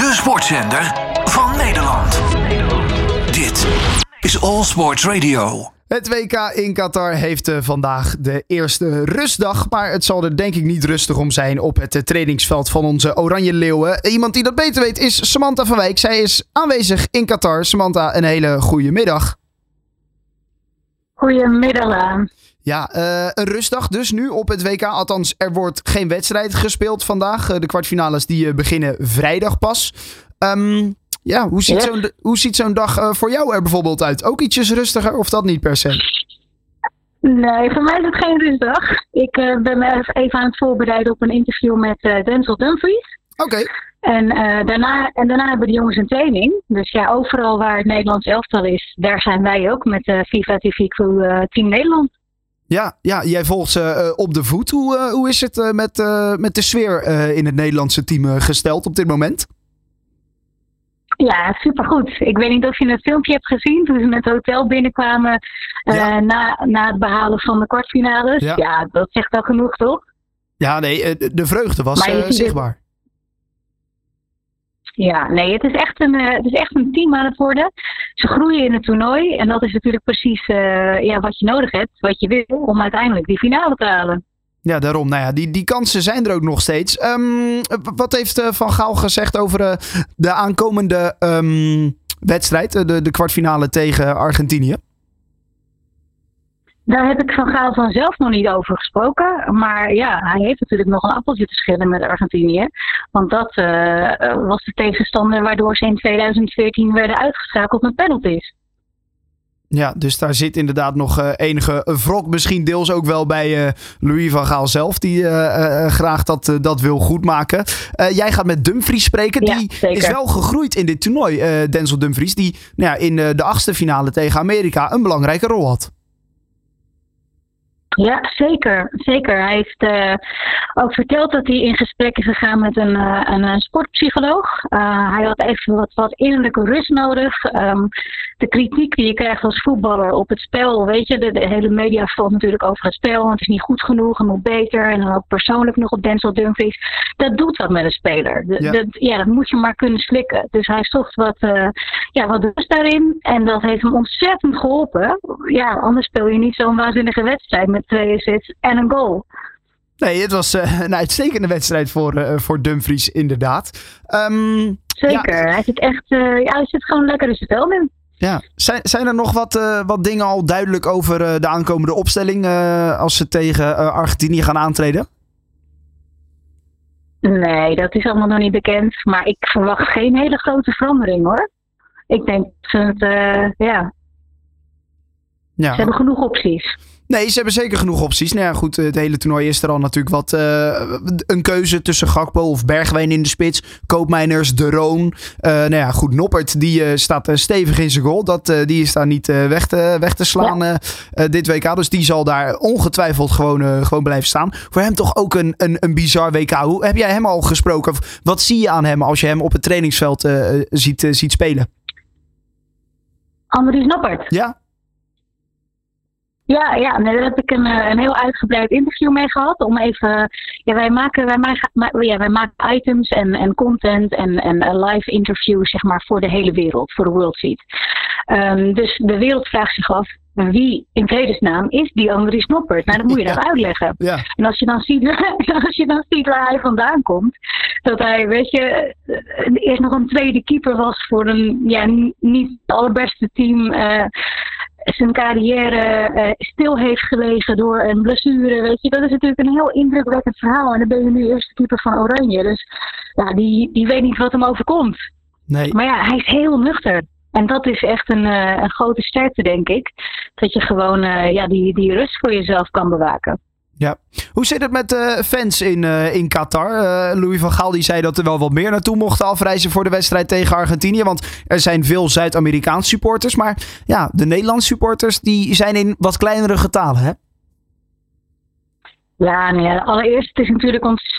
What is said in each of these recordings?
De sportzender van Nederland. Dit is All Sports Radio. Het WK in Qatar heeft vandaag de eerste rustdag. Maar het zal er denk ik niet rustig om zijn op het trainingsveld van onze Oranje Leeuwen. Iemand die dat beter weet is Samantha van Wijk. Zij is aanwezig in Qatar. Samantha, een hele goede middag. Goedemiddag. Ja, een rustdag dus nu op het WK. Althans, er wordt geen wedstrijd gespeeld vandaag. De kwartfinales die beginnen vrijdag pas. Ja, hoe ziet zo'n dag voor jou er bijvoorbeeld uit? Ook ietsjes rustiger of dat niet per se? Nee, voor mij is het geen rustdag. Ik ben me even aan het voorbereiden op een interview met Denzel Dumfries. Oké. En daarna hebben de jongens een training. Dus ja, overal waar het Nederlands elftal is, daar zijn wij ook met FIFA TV Crew Team Nederland. Ja, jij volgt ze op de voet. Hoe is het met de sfeer in het Nederlandse team gesteld op dit moment? Ja, supergoed. Ik weet niet of je het filmpje hebt gezien toen ze met het hotel binnenkwamen na het behalen van de kwartfinales. Ja, dat zegt al genoeg, toch? Ja, nee, de vreugde was zichtbaar. Ja, nee, het is echt een team aan het worden. Ze groeien in het toernooi en dat is natuurlijk precies wat je nodig hebt, wat je wil om uiteindelijk die finale te halen. Ja, daarom. Nou ja, die kansen zijn er ook nog steeds. Wat heeft Van Gaal gezegd over de aankomende wedstrijd, de kwartfinale tegen Argentinië? Daar heb ik Van Gaal vanzelf nog niet over gesproken. Maar ja, hij heeft natuurlijk nog een appeltje te schillen met Argentinië. Want dat was de tegenstander waardoor ze in 2014 werden uitgeschakeld met penalties. Ja, dus daar zit inderdaad nog enige wrok. Misschien deels ook wel bij Louis van Gaal zelf. Die graag dat wil goedmaken. Jij gaat met Dumfries spreken. Ja, die zeker. is wel gegroeid in dit toernooi. Denzel Dumfries. Die in de achtste finale tegen Amerika een belangrijke rol had. Ja, zeker. Hij heeft ook verteld dat hij in gesprek is gegaan met een sportpsycholoog. Hij had even wat innerlijke rust nodig. De kritiek die je krijgt als voetballer op het spel, weet je, de hele media valt natuurlijk over het spel. Want het is niet goed genoeg, het moet beter. En dan ook persoonlijk nog op Denzel Dumfries. Dat doet wat met een speler. Dat moet je maar kunnen slikken. Dus hij zocht wat rust daarin. En dat heeft hem ontzettend geholpen. Ja, anders speel je niet zo'n waanzinnige wedstrijd met 2 assists en een goal. Nee, het was een uitstekende wedstrijd voor Dumfries, inderdaad. Zeker, ja. Hij zit gewoon lekker in zijn vel nu. Ja. Zijn er nog wat dingen al duidelijk over de aankomende opstelling als ze tegen Argentinië gaan aantreden? Nee, dat is allemaal nog niet bekend. Maar ik verwacht geen hele grote verandering, hoor. Ik denk dat ze het, Ze hebben genoeg opties. Nee, ze hebben zeker genoeg opties. Nou ja, goed, het hele toernooi is er al natuurlijk een keuze tussen Gakpo of Bergwijn in de spits. Koopmeiners, De Roon. Noppert, die staat stevig in zijn goal. Die is daar niet weg te slaan dit WK. Dus die zal daar ongetwijfeld gewoon blijven staan. Voor hem toch ook een bizar WK. Hoe heb jij hem al gesproken? Wat zie je aan hem als je hem op het trainingsveld ziet spelen? Andries Noppert. Ja? Ja, daar heb ik een heel uitgebreid interview mee gehad. Om even, wij maken items en content en live interviews, zeg maar, voor de hele wereld, voor de World Feed. Dus de wereld vraagt zich af, wie in vredesnaam is die Andries Noppert? Nou, dat moet je dan uitleggen. Ja. En als je dan ziet waar hij vandaan komt, dat hij, weet je, eerst nog een tweede keeper was voor een niet het allerbeste team. Zijn carrière stil heeft gelegen door een blessure, weet je. Dat is natuurlijk een heel indrukwekkend verhaal. En dan ben je nu eerste keeper van Oranje. Dus ja, die weet niet wat hem overkomt. Nee. Maar ja, hij is heel nuchter. En dat is echt een grote sterkte, denk ik. Dat je gewoon die rust voor jezelf kan bewaken. Ja. Hoe zit het met de fans in Qatar? Louis van Gaal die zei dat er wel wat meer naartoe mochten afreizen voor de wedstrijd tegen Argentinië. Want er zijn veel Zuid-Amerikaanse supporters. Maar ja, de Nederlandse supporters die zijn in wat kleinere getalen, hè? Ja, nee, allereerst het is natuurlijk ontzettend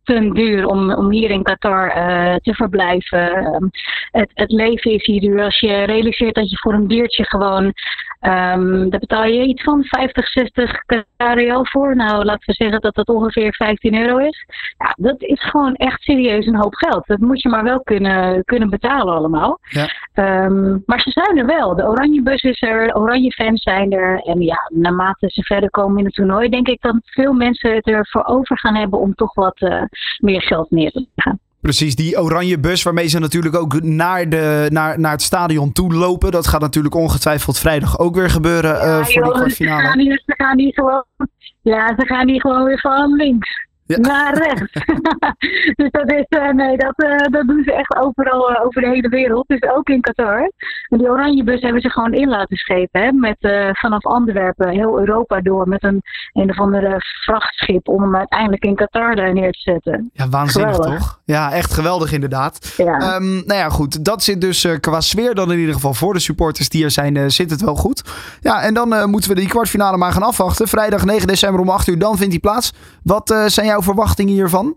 ontzettend duur om hier in Qatar te verblijven. Het leven is hier duur. Als je realiseert dat je voor een biertje gewoon... daar betaal je iets van 50, 60 Qatari voor. Nou, laten we zeggen dat dat ongeveer €15 is. Ja, dat is gewoon echt serieus een hoop geld. Dat moet je maar wel kunnen betalen allemaal. Ja. Maar ze zijn er wel. De Oranjebus is er, Oranje fans zijn er. En ja, naarmate ze verder komen in het toernooi, denk ik dat veel mensen het ervoor over gaan hebben om toch wat meer geld neer te leggen. Precies, die oranje bus waarmee ze natuurlijk ook naar het stadion toe lopen. Dat gaat natuurlijk ongetwijfeld vrijdag ook weer gebeuren voor de kwartfinale. Ze gaan hier gewoon weer van links naar rechts. Dus dat is, dat doen ze echt overal over de hele wereld. Dus ook in Qatar. En die oranje bus hebben ze gewoon in laten schepen. Hè, met vanaf Antwerpen heel Europa door met een of andere vrachtschip om hem uiteindelijk in Qatar daar neer te zetten. Ja, waanzinnig toch? Ja, echt geweldig inderdaad. Ja. Nou ja, goed. Dat zit dus qua sfeer dan in ieder geval voor de supporters die er zijn, zit het wel goed. Ja, en dan moeten we die kwartfinale maar gaan afwachten. Vrijdag 9 december om 8 uur, dan vindt die plaats. Wat zijn jouw verwachtingen hiervan?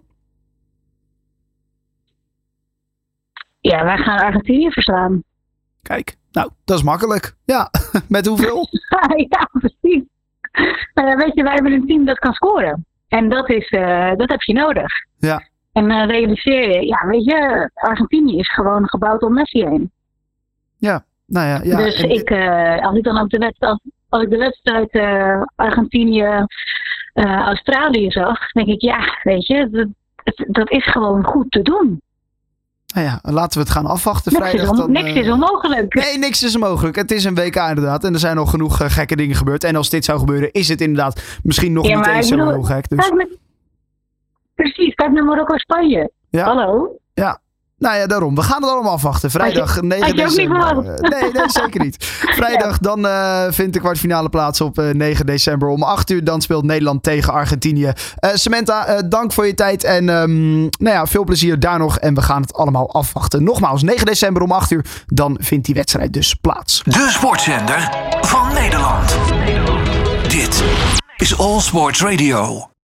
Ja, wij gaan Argentinië verslaan. Kijk, nou, dat is makkelijk. Ja, met hoeveel? Ja, precies. Weet je, wij hebben een team dat kan scoren. En dat heb je nodig. Ja. En realiseer je, ja, weet je, Argentinië is gewoon gebouwd om Messi heen. Ja, nou ja. Ja. Dus als ik dan op de wedstrijd Argentinië Australië zag, denk ik, ja, weet je, dat is gewoon goed te doen. Nou ja, laten we het gaan afwachten. Niks is onmogelijk. Nee, niks is onmogelijk. Het is een WK inderdaad. En er zijn nog genoeg gekke dingen gebeurd. En als dit zou gebeuren, is het inderdaad misschien nog niet eens zo heel gek. Dus. Precies, kijk naar Marokko-Spanje. Ja. Hallo? Ja. Nou ja, daarom. We gaan het allemaal afwachten. Vrijdag 9 december. Nee, zeker niet. Vrijdag dan vindt de kwartfinale plaats op 9 december om 8 uur. Dan speelt Nederland tegen Argentinië. Samantha, dank voor je tijd. En veel plezier daar nog. En we gaan het allemaal afwachten. Nogmaals, 9 december om 8 uur. Dan vindt die wedstrijd dus plaats. De sportzender van Nederland. Dit is All Sports Radio.